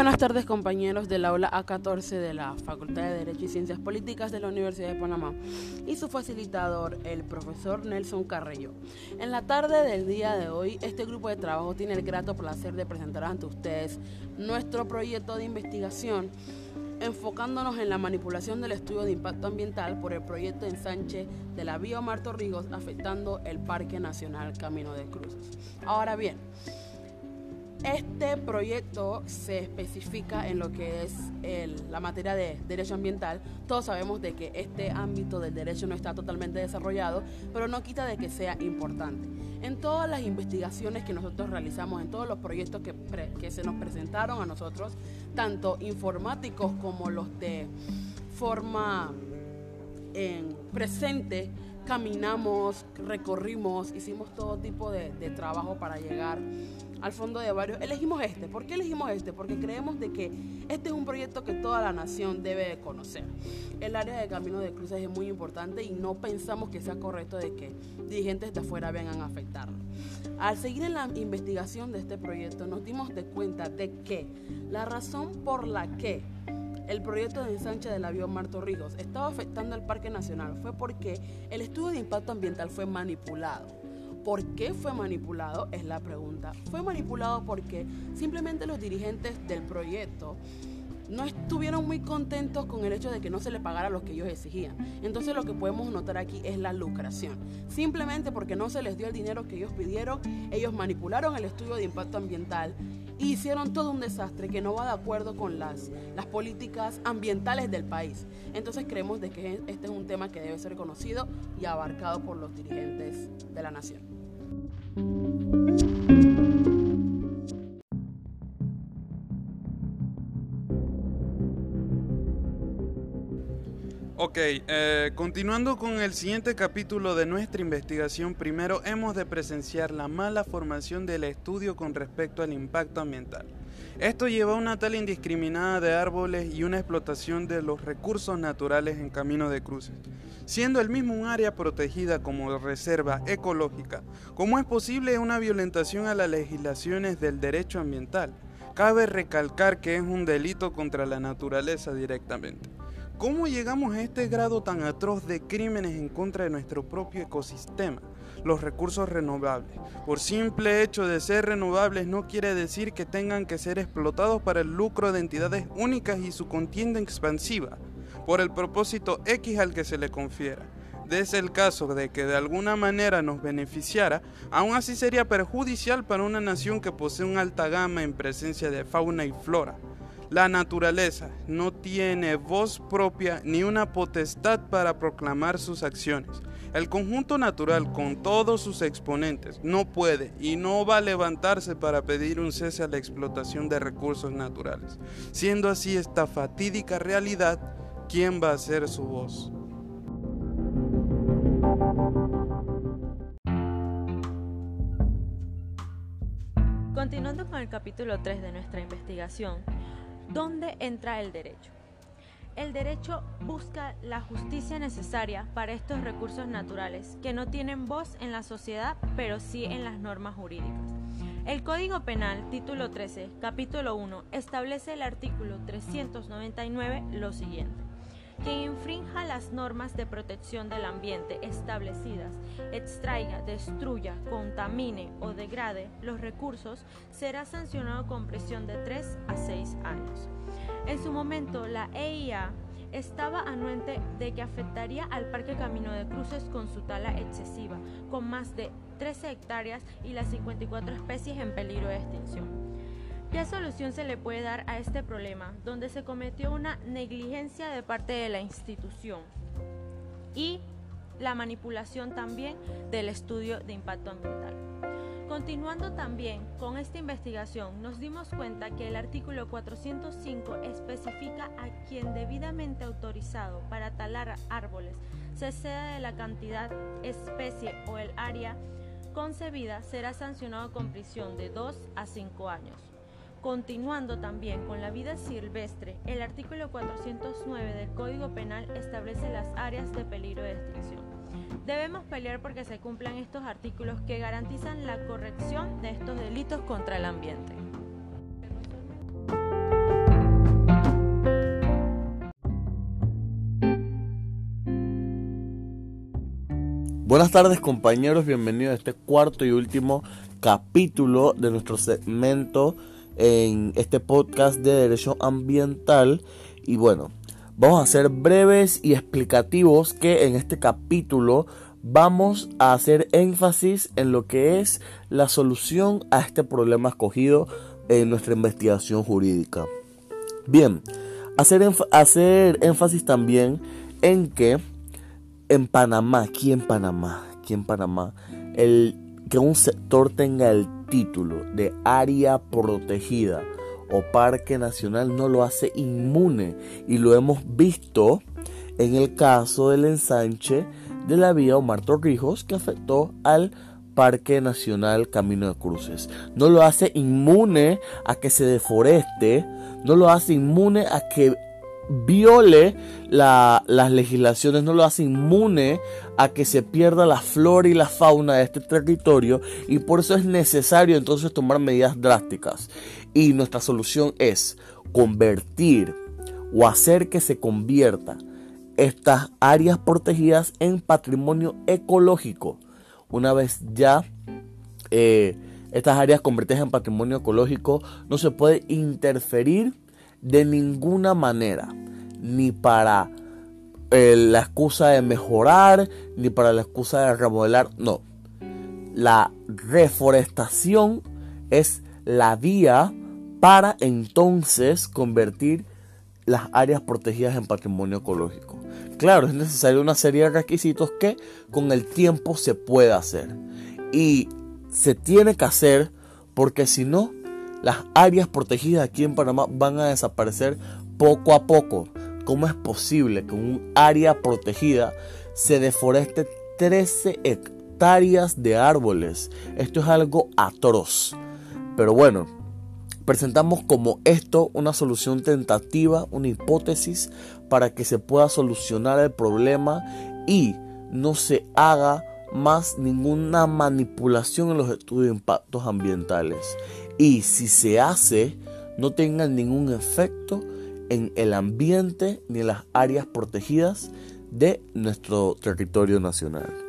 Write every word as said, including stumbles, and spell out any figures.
buenas tardes, compañeros del aula A catorce de la Facultad de Derecho y Ciencias Políticas de la Universidad de Panamá y su facilitador, el profesor Nelson Carrillo. En la tarde del día de hoy, este grupo de trabajo tiene el grato placer de presentar ante ustedes nuestro proyecto de investigación enfocándonos en la manipulación del estudio de impacto ambiental por el proyecto de ensanche de la vía Omar Torrijos afectando el Parque Nacional Camino de Cruces. Ahora bien, este proyecto se especifica en lo que es el, la materia de derecho ambiental. Todos sabemos de que este ámbito del derecho no está totalmente desarrollado, pero no quita de que sea importante. En todas las investigaciones que nosotros realizamos, en todos los proyectos que, pre, que se nos presentaron a nosotros, tanto informáticos como los de forma en presente, caminamos, recorrimos, hicimos todo tipo de, de trabajo para llegar al fondo de varios. Elegimos este. ¿Por qué elegimos este? Porque creemos de que este es un proyecto que toda la nación debe de conocer. El área de Camino de Cruces es muy importante y no pensamos que sea correcto de que dirigentes de afuera vengan a afectarlo. Al seguir en la investigación de este proyecto nos dimos de cuenta de que la razón por la que el proyecto de ensanche de la vía Omar Torrijos estaba afectando al Parque Nacional fue porque el estudio de impacto ambiental fue manipulado. ¿Por qué fue manipulado? Es la pregunta. Fue manipulado porque simplemente los dirigentes del proyecto no estuvieron muy contentos con el hecho de que no se le pagara lo que ellos exigían. Entonces lo que podemos notar aquí es la lucración. Simplemente porque no se les dio el dinero que ellos pidieron, ellos manipularon el estudio de impacto ambiental e hicieron todo un desastre que no va de acuerdo con las, las políticas ambientales del país. Entonces creemos de que este es un tema que debe ser conocido y abarcado por los dirigentes de la nación. Ok, eh, continuando con el siguiente capítulo de nuestra investigación, primero hemos de presenciar la mala formación del estudio con respecto al impacto ambiental. Esto lleva a una tala indiscriminada de árboles y una explotación de los recursos naturales en Camino de Cruces, siendo el mismo un área protegida como reserva ecológica. ¿Cómo es posible una violentación a las legislaciones del derecho ambiental? Cabe recalcar que es un delito contra la naturaleza directamente. ¿Cómo llegamos a este grado tan atroz de crímenes en contra de nuestro propio ecosistema? Los recursos renovables. Por simple hecho de ser renovables no quiere decir que tengan que ser explotados para el lucro de entidades únicas y su contienda expansiva, por el propósito X al que se le confiera. Desde el caso de que de alguna manera nos beneficiara, aún así sería perjudicial para una nación que posee una alta gama en presencia de fauna y flora. La naturaleza no tiene voz propia ni una potestad para proclamar sus acciones. El conjunto natural, con todos sus exponentes, no puede y no va a levantarse para pedir un cese a la explotación de recursos naturales. Siendo así esta fatídica realidad, ¿quién va a ser su voz? Continuando con el capítulo tres de nuestra investigación, ¿dónde entra el derecho? El derecho busca la justicia necesaria para estos recursos naturales que no tienen voz en la sociedad, pero sí en las normas jurídicas. El Código Penal, título trece, capítulo uno, establece el artículo trescientos noventa y nueve lo siguiente: quien infrinja las normas de protección del ambiente establecidas, extraiga, destruya, contamine o degrade los recursos, será sancionado con prisión de tres a seis años. En su momento, la E I A estaba anuente de que afectaría al Parque Camino de Cruces con su tala excesiva, con más de trece hectáreas y las cincuenta y cuatro especies en peligro de extinción. ¿Qué solución se le puede dar a este problema, donde se cometió una negligencia de parte de la institución y la manipulación también del estudio de impacto ambiental? Continuando también con esta investigación, nos dimos cuenta que el artículo cuatrocientos cinco especifica a quien debidamente autorizado para talar árboles se exceda de la cantidad, especie o el área concebida, será sancionado con prisión de dos a cinco años. Continuando también con la vida silvestre, el artículo cuatrocientos nueve del Código Penal establece las áreas de peligro de extinción. Debemos pelear porque se cumplan estos artículos que garantizan la corrección de estos delitos contra el ambiente. Buenas tardes, compañeros, bienvenidos a este cuarto y último capítulo de nuestro segmento en este podcast de Derecho Ambiental. Y bueno, vamos a ser breves y explicativos, que en este capítulo vamos a hacer énfasis en lo que es la solución a este problema escogido en nuestra investigación jurídica. Bien, hacer, énf- hacer énfasis también en que en Panamá, aquí en Panamá, aquí en Panamá, el que un sector tenga el título de área protegida o parque nacional no lo hace inmune, y lo hemos visto en el caso del ensanche de la vía Omar Torrijos, que afectó al Parque Nacional Camino de Cruces. No lo hace inmune a que se deforeste, no lo hace inmune a que viole la, las legislaciones, no lo hace inmune a que se pierda la flora y la fauna de este territorio, y por eso es necesario entonces tomar medidas drásticas. Y nuestra solución es convertir o hacer que se convierta estas áreas protegidas en patrimonio ecológico. Una vez ya eh, estas áreas convertidas en patrimonio ecológico, no se puede interferir de ninguna manera, ni para eh, la excusa de mejorar, ni para la excusa de remodelar. No, la reforestación es la vía para entonces convertir las áreas protegidas en patrimonio ecológico. Claro, es necesaria una serie de requisitos que con el tiempo se puede hacer, y se tiene que hacer, porque si no, las áreas protegidas aquí en Panamá van a desaparecer poco a poco. ¿Cómo es posible que en un área protegida se deforeste trece hectáreas de árboles? Esto es algo atroz. Pero bueno, presentamos como esto una solución tentativa, una hipótesis para que se pueda solucionar el problema y no se haga más ninguna manipulación en los estudios de impactos ambientales. Y si se hace, no tenga ningún efecto en el ambiente ni en las áreas protegidas de nuestro territorio nacional.